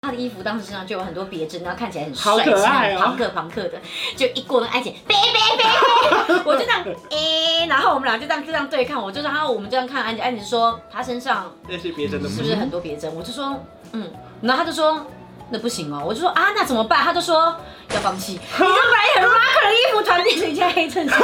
他的衣服当时身上就有很多别针，然后看起来很好帅可爱哦， 朋克的，就一过那个安检，别，我就这样，然后我们俩就这样对看，我就说，然后我们这样看安检，安检说他身上那些别针的是不是很多别针？我就说，然后他就说。那不行哦，我就说啊，那怎么办？他就说要放弃。你这本来很 rocker 的衣服，突然变成一件黑衬衫。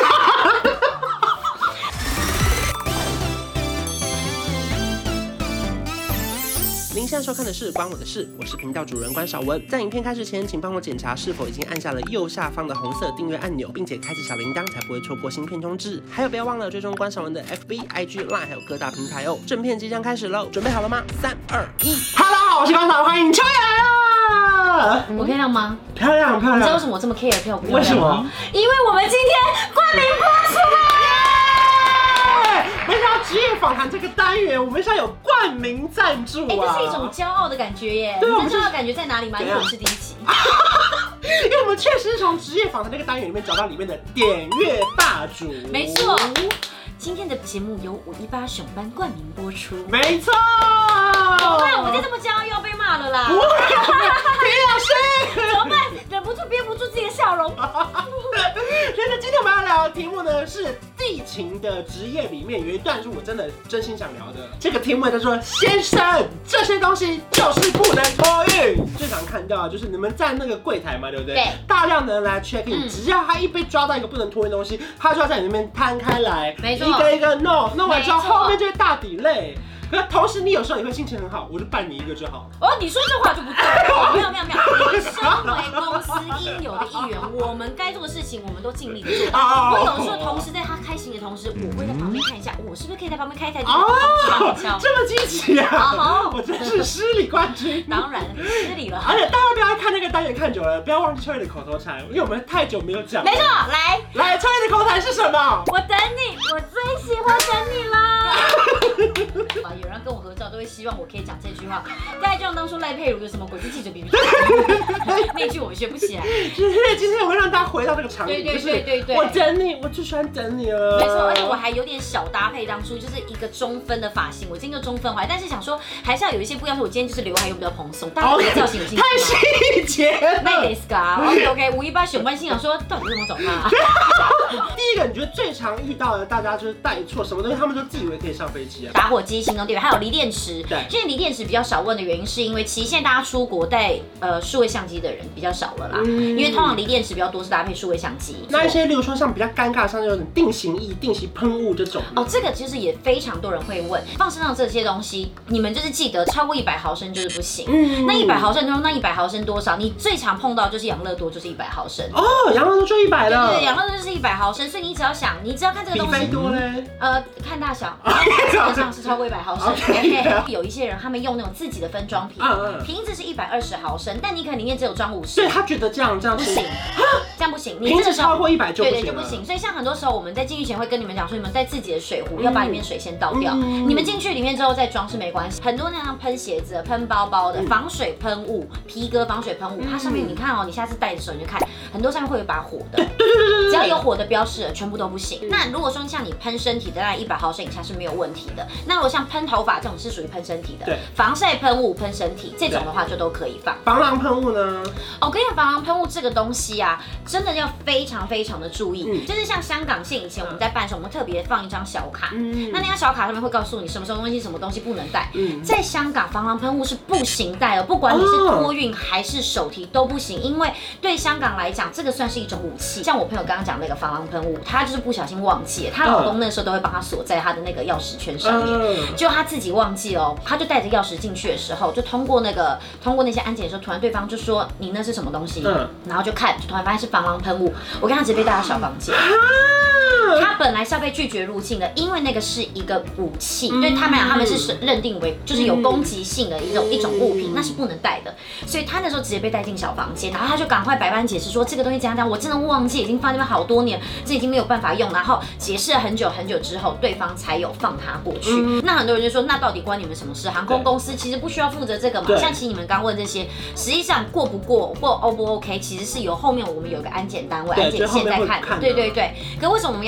您现在收看的是《关我的事》，我是频道主人关少文。在影片开始前，请帮我检查是否已经按下了右下方的红色订阅按钮，并且开启小铃铛，才不会错过新片通知。还有，不要忘了追踪关少文的 FB、IG、Line， 还有各大平台哦。正片即将开始喽，准备好了吗？3、2、1， Hello， 大家好，我是关少文，欢迎秋叶来了。 我漂亮吗？ 漂亮， 你知道为什么我这么 care 漂不漂亮吗？ 为什么？ 因为我们今天冠名播出了。 没想到职业访谈这个单元，我们现在有冠名赞助啊！ 这是一种骄傲的感觉耶。 对， 你知道骄傲的感觉在哪里吗？因为我们是第一集。 因为我们确实是从职业访谈这个单元里面找到里面的点阅霸主。 没错。今天的节目由518熊班冠名播出。 没错。 怎么办？我今天这么骄傲又要被骂了啦！ 不会，田老师， 怎么办？忍不住憋不住自己的笑容。 所以呢，今天我们要聊的题目呢是地勤的职业里面有一段是我真的真心想聊的。这个题目叫做先生，这些东西就是不能托运。最常看到就是你们在那个柜台嘛，对不对？ 对。 大量的人来 check in，只要他一被抓到一个不能托运的东西，他就要在你那边摊开来， 没错， 一个一个弄完之后，后面就会大delay。可同时，你有时候也会心情很好，我就办你一个就好。 哦，你说这话就不对。没有。我们身为公司应有的一员，我们该做的事情，我们都尽力的做。我有时候同时在他开行的同时，我会在旁边看一下，我是不是可以在旁边开一台电脑？ 这么积极啊！好，我真是失礼冠军。 当然失礼了。 而且大家不要看那个单元看久了，不要忘记秋叶的口头禅，因为我们太久没有讲。 没错， 来，秋叶的口头禅是什么？ 我等你，我最喜欢等你啦。有人跟我合照都会希望我可以讲这句话，大概就像当初赖佩如的什么鬼子记者比那句我学不起来。 因为今天我会让大家回到这个场景， 对， 我等你，我最喜欢等你了。 没错，而且我还有点小搭配，当初就是一个中分的发型，我今天就中分回来，但是想说还是要有一些不一样，我今天就是刘海又比较蓬松，大家对造型有兴趣吗？ 太细节了。 那也是噶 ，OK， 518熊班心想说，到底怎么找他？ 第一个，你觉得最常遇到的，大家就是带错什么东西，他们都自以为可以上飞机啊？ 打火机、行动电源，还有锂电池。 对， 现在锂电池比较少问的原因，是因为其实现在大家出国带数位相机的人比较少了啦，因为通常锂电池比较多是搭配数位相机。 那一些，例如说像比较尴尬的，像有点定型液、定型喷雾这种。 哦，这个其实也非常多人会问，放身上这些东西，你们就是记得超过100毫升就是不行。那100毫升中，那100毫升多少？你最常碰到就是养乐多，就是100毫升。 哦，养乐多就100了。 对，养乐多就是100毫升，所以你只要想，你只要看这个东西。 比飞多嘞？ 看大小，基本上是超过100毫升。有一些人他们用那种自己的分装瓶，瓶子是120毫升，但你可能里面只有装50。 对，他觉得这样不行，这样不行。 瓶子超过100就不行。 对，就不行。所以像很多时候我们在进去前会跟你们讲说，你们带自己的水壶，要把里面水先倒掉。你们进去里面之后再装是没关系。很多那样喷鞋子、喷包包的防水喷雾、皮革防水喷雾，它上面你看哦，你下次带的时候你就看，很多上面会有一把火的。对，只要有火的标示，全部都不行。那如果说像你喷身体的，大概100毫升以下是没有问题的。那如果像喷头发这种是属于喷身体的， 对， 防晒喷雾喷身体这种的话就都可以放。 防狼喷雾呢？ 我跟你讲，防狼喷雾这个东西啊，真的要非常的注意。就是像香港线以前我们在办的时候，我们特别放一张小卡，那张小卡上面会告诉你什么东西不能带。在香港防狼喷雾是不行带的，不管你是托运还是手提都不行，因为对香港来讲，这个算是一种武器。像我朋友刚刚讲那个防狼喷雾，她就是不小心忘记了，她老公那时候都会帮她锁在她的那个钥匙圈上面，就她自己忘记了，她就带着钥匙进去的时候，就通过那些安检的时候，突然对方就说你那是什么东西，然后就看，就突然发现是防狼喷雾，我跟他直接被带到小房间。他本来是要被拒绝入境的，因为那个是一个武器，对他们讲，他们是认定为就是有攻击性的一种物品，那是不能带的。所以他那时候直接被带进小房间，然后他就赶快百般解释说这个东西怎样，我真的忘记，已经放在那边好多年，这已经没有办法用。然后解释了很久之后，对方才有放他过去。那很多人就说，那到底关你们什么事？航空公司其实不需要负责这个嘛。像其实你们刚问这些，实际上过不过或 O 不 OK， 其实是由后面我们有一个安检单位、安检线在看的。对。可为什么我们要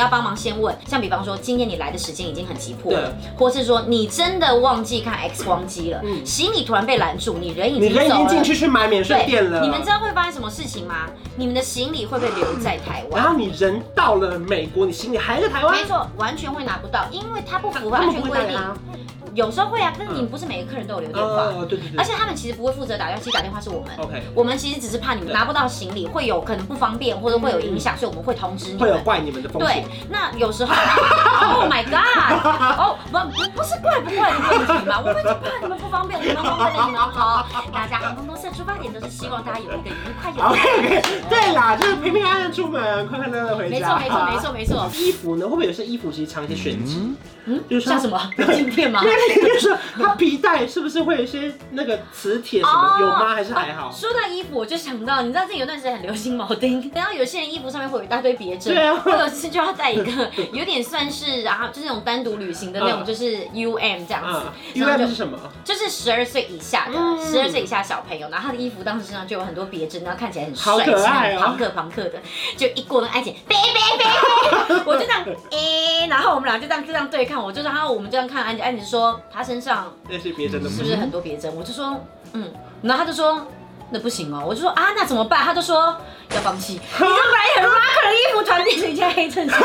帮忙先问，像比方说今天你来的时间已经很急迫了，或是说你真的忘记看 X 光机了，行李突然被拦住，你人已经进去买免税店了。 你们知道会发生什么事情吗？你们的行李会被留在台湾， 然后你人到了美国，你行李还在台湾？ 没错，完全会拿不到，因为它不符合安全规定。有时候会啊，但是你们不是每个客人都有留电话， 对。 而且他们其实不会负责打电话，其实打电话是我们。 OK， 我们其实只是怕你们拿不到行李，会有可能不方便或者会有影响，所以我们会通知你们。 会有怪你们的风险。 对，那有时候 ，Oh my God， 哦，不是怪不怪的问题嘛，我们就怕你们不方便，我们会为了你们好。大家航空公司的出发点都是希望大家有一个愉快的。 OK， 对啦，就是平平安安出门，快快乐乐回家。 没错。 衣服呢，会不会有些衣服其实藏一些玄机？ 就是像什么镜片吗？ 就是它皮带是不是会有一些那个磁铁什么有吗？还是还好？ 说到衣服，我就想到，你知道这有段时间很流行铆钉，然后有些人衣服上面会有一大堆别针， 对啊， 我有次就要带一个，有点算是就是那种单独旅行的那种，就是 UM 这样子。 UM 是什么？ 就是12岁以下的，12岁以下小朋友，然后他的衣服当时身上就有很多别针，然后看起来很帅气，很朋克的，就一过那个安检，我就这样然后我们俩就这样对看，然后我们就这样看安检说他身上那些别针的是不是很多别针？我就说然后他就说那不行哦，我就说那怎么办？他就说要放弃，你这本来很 rocker 的衣服，突然变成一件黑衬衫。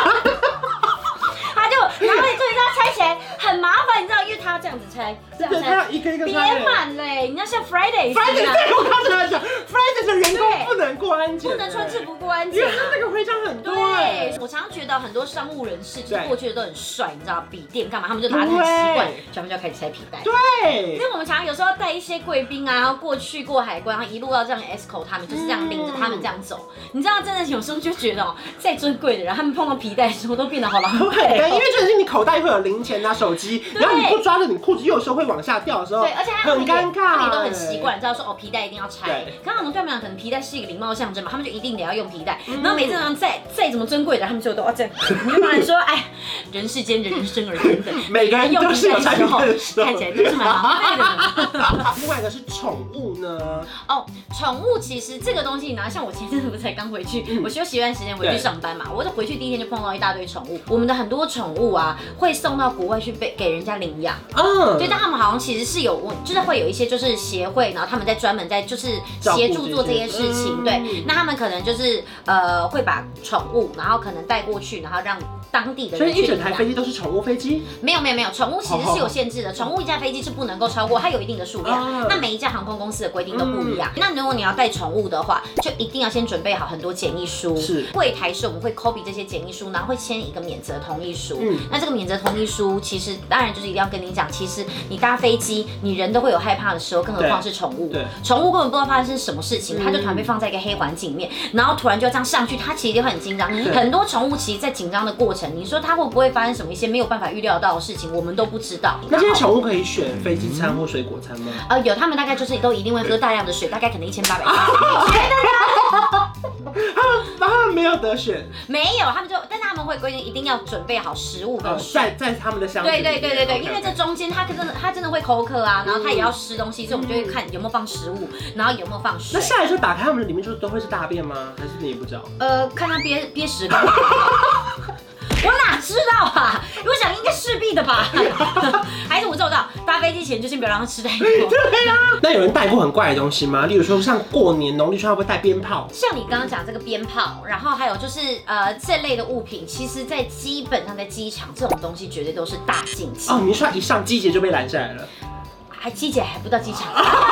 他就然后你这一张拆起来很麻烦，你知道，因为他这样子拆， 他一个一个别满嘞，你要像 Friday， 我刚才讲 Friday 的员工不能过安检， 不能穿制服过安检， 因为他那个徽章很多。 对，我常常觉得很多商务人士就是过去的都很帅，你知道，笔电干嘛，他们就拿得很习惯，他们就要开始拆皮带。 对， 因为我们常常有时候带一些贵宾啊，然后过去过海关，然后一路要这样 escort 他们，就是这样领着他们这样走。你知道，真的有时候就觉得再尊贵的人，他们碰到皮带的时候都变得好狼狈。 因为真的是你口袋会有零钱啊、手机，然后你不抓着你裤子，有时候会往下掉的时候， 对，而且很尴尬。 他们也都很习惯，知道说皮带一定要拆。刚刚我们对他们讲，可能皮带是一个礼貌的象征嘛，他们就一定得要用皮带。然后每次再怎么尊贵的，他们就都要这样。你就突然说，人世间人生而平等， 每个人都是有才华的时候， 看起来都是蛮狼狈的。 另外一个是宠物呢？ 宠物其实这个东西呢，像我前阵子不才刚回去，我休息一段时间回去上班嘛，我就回去第一天就碰到一大堆宠物。我们的很多宠物啊，会送到国外去给人家领养。对，但他们好像其实是就是会有一些就是协会，然后他们在专门在就是协助做这些事情。对，那他们可能就是会把宠物，然后可能带过去，然后让当地的人去领养。 所以一整台飞机都是宠物飞机？ 没有，宠物其实是有限制的，宠物一架飞机是不能够超过，它有一定的数量。那每一家航空公司的规定都不一样。那如果你要带宠物的话，就一定要先准备好很多检疫书。 是， 柜台是我们会 copy 这些检疫书，然后会签一个免责同意书。那这个免责同意书其实当然就是一定要跟你讲，其实你搭飞机，你人都会有害怕的时候，更何况是宠物。宠物根本不知道发生什么事情，它就突然被放在一个黑环境里面，然后突然就这样上去，它其实就会很紧张。很多宠物其实在紧张的过程，你说它会不会发生什么一些没有办法预料到的事情，我们都不知道。 那这些宠物可以选飞机餐或水果餐吗？ 有，他们大概就是都一定会喝大量的水，大概可能1800克。觉得呢？ 他们没有得选， 没有，但是他们会规定一定要准备好食物跟水， 在他们的箱子。 对，因为这中间他真的会口渴啊，然后他也要吃东西，所以我们就会看有没有放食物，然后有没有放水。 那下来就打开他们的里面就都会是大便吗？还是你也不知道？ 看他憋屎干嘛。我哪知道啊？我想应该势必的吧。还是我知道，搭飞机前就先不要让他吃太多。 对啊。那有人带过很怪的东西吗？例如说像过年农历春会不会带鞭炮？ 像你刚刚讲这个鞭炮，然后还有就是这类的物品，其实在基本上在机场这种东西绝对都是大禁忌。 你说一上机节就被拦下来了。 机节还不到机场。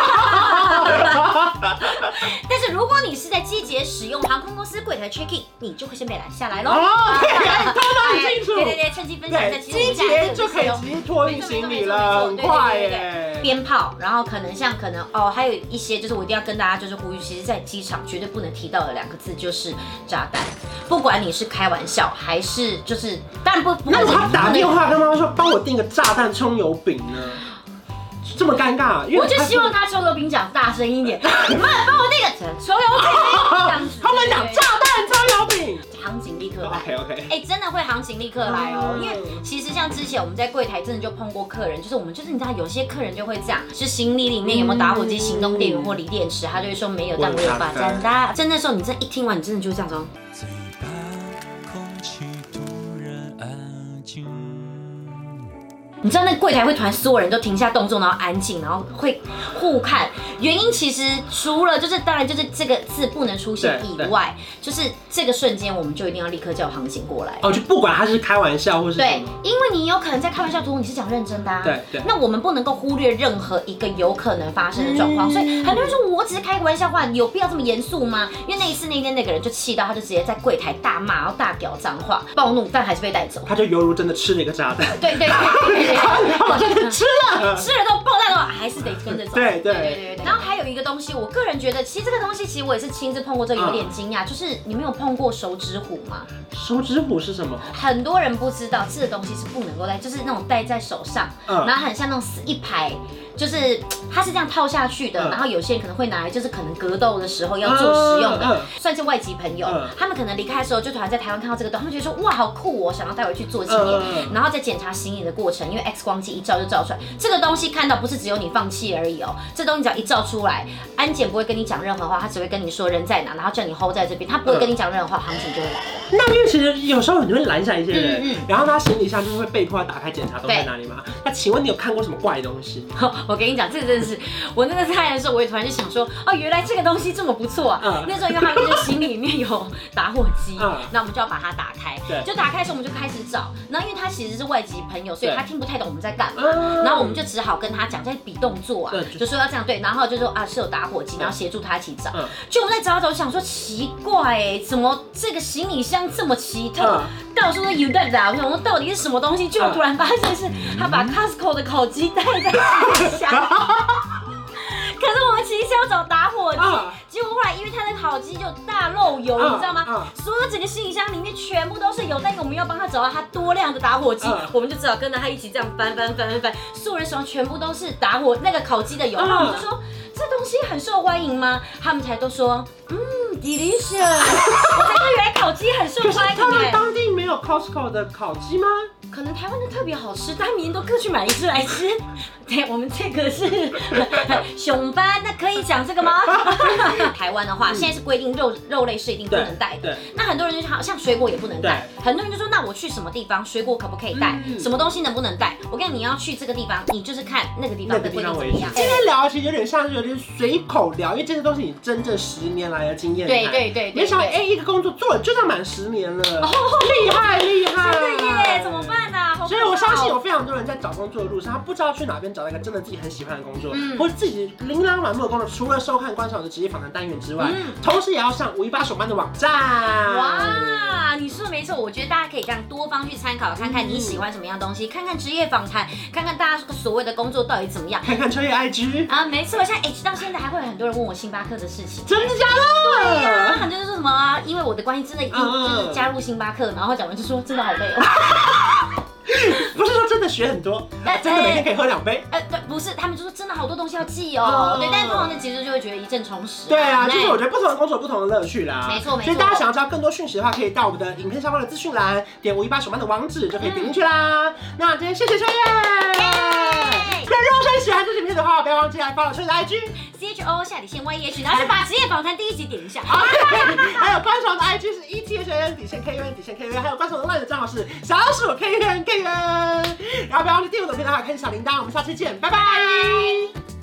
但是如果你是在机节使用航空公司柜台 check in， 你就会先被拦下来喽。 偷到很清楚。 对，趁机分享一下， 机节就可以直接托运行李了，很快耶。 鞭炮，然后可能还有一些就是我一定要跟大家就是呼吁，其实在机场绝对不能提到的2个字就是炸弹，不管你是开玩笑还是就是当然不。 那如果他打电话跟妈妈说帮我订个炸弹葱油饼呢？这么尴尬， 我就希望他葱油饼讲大声一点，妈帮我那个葱油饼这样子。 他们讲炸弹葱油饼， 航警立刻来。 OK， 真的会航警立刻来哦，因为其实像之前我们在柜台真的就碰过客人，就是你知道有些客人就会这样，是行李里面有没有打火机、行动电源或锂电池，他就会说没有，但我有把战搭。真的时候你真一听完，你真的就这样说。 你知道那柜台会突然所有人都停下动作，然后安静，然后会互看。原因其实除了就是当然就是这个字不能出现以外，就是这个瞬间我们就一定要立刻叫航警过来。 哦，就不管他是开玩笑或是对，因为你有可能在开玩笑途中你是讲认真的啊。 对。 那我们不能够忽略任何一个有可能发生的状况，所以很多人说我只是开个玩笑话，有必要这么严肃吗？因为那天那个人就气到，他就直接在柜台大骂，然后大屌脏话，暴怒，但还是被带走。 他就犹如真的吃了一个炸弹。 对， 好像吃了都爆弹的话，还是得跟着走。 对。 然后还有一个东西，我个人觉得，其实这个东西，其实我也是亲自碰过，这有点惊讶，就是你没有碰过手指虎吗？ 手指虎是什么？ 很多人不知道，这个东西是不能够戴，就是那种戴在手上，然后很像那种一排。就是它是这样套下去的，然后有些人可能会拿来，就是可能格斗的时候要做使用的，算是外籍朋友，他们可能离开的时候就突然在台湾看到这个东西，他们觉得说哇好酷哦，想要带回去做纪念，然后在检查行李的过程，因为 X 光机一照就照出来，这个东西看到不是只有你放弃而已哦，这东西只要一照出来，安检不会跟你讲任何话，他只会跟你说人在哪，然后叫你 hold 在这边，他不会跟你讲任何话，航警就会来了。 那因为其实有时候你会拦下一些人，然后他行李箱就会被迫要打开检查都在哪里嘛。那请问你有看过什么怪东西？ 我跟你讲，这个真的是我那个在看的时候，我也突然就想说，哦，原来这个东西这么不错啊。那时候因为他们就行李里面有打火机，那我们就要把它打开。就打开的时候我们就开始找，然后因为他其实是外籍朋友，所以他听不太懂我们在干嘛，然后我们就只好跟他讲，在比动作啊，就说要这样对，然后就说啊是有打火机，然后协助他一起找。就我们在找，想说奇怪哎，怎么这个行李箱这么奇特，到处都有的啦，我想说到底是什么东西，就突然发现是他把 Costco 的烤鸡带在行李箱。可是我们其实是要找打火机，结果后来因为它的烤鸡就大漏油，你知道吗？所有整个行李箱里面全部都是油，但我们要帮他找到他多量的打火机，我们就只好跟着他一起这样翻，所有人手上全部都是打火那个烤鸡的油，然后我们就说这东西很受欢迎吗？他们才都说delicious， 我才知道原来烤鸡很受欢迎。 可是他们当地没有 Costco 的烤鸡吗？ 可能台湾的特别好吃，大家明天都各去买一只来吃。对，我们这个是熊班，那可以讲这个吗？台湾的话，现在是规定肉类是一定不能带的。那很多人就好像水果也不能带，很多人就说那我去什么地方，水果可不可以带？什么东西能不能带？我跟你讲，你要去这个地方，你就是看那个地方的规定怎么样。 今天聊其实有点像是有点随口聊，因为这些都是你真正10年来的经验。 对。 没想到一个工作做了就要满10年了，厉害！ 真的耶，怎么办呢？ 所以我相信有非常多人在找工作的路上，他不知道去哪边找到一个真的自己很喜欢的工作，或者自己琳琅满目的工作。除了收看观赏的职业访谈单元之外，同时也要上518手办的网站。 哇，你说的没错，我觉得大家可以这样多方去参考，看看你喜欢什么样的东西，看看职业访谈，看看大家所谓的工作到底怎么样， 看看创业 IG 啊，没错，像到现在还会有很多人问我星巴克的事情。 真的假的？ 对呀，很多人说什么啊，因为我的关系真的就是加入星巴克，然后讲完就说真的好累哦。 不是说真的学很多，真的每天可以喝2杯。 对，不是，他们就说真的好多东西要记哦。对，但是通常其实就会觉得一阵充实。 对啊，就是我觉得不同的工作有不同的乐趣啦。 没错。 所以大家想要知道更多讯息的话，可以到我们的影片下方的资讯栏，点518手办的网址就可以点进去啦。那今天谢谢秋叶。如果喜欢这支影片的话，不要忘记来follow秋叶的 IG。CHO_YEH， 然后就把职业访谈第1集点一下。还有观赏的 IG 是ETHN_KUN_KUN，还有观赏的 LINE 的账号是小老鼠 KUN。然后不要忘记订阅我的频道，开启小铃铛。我们下期见，拜拜。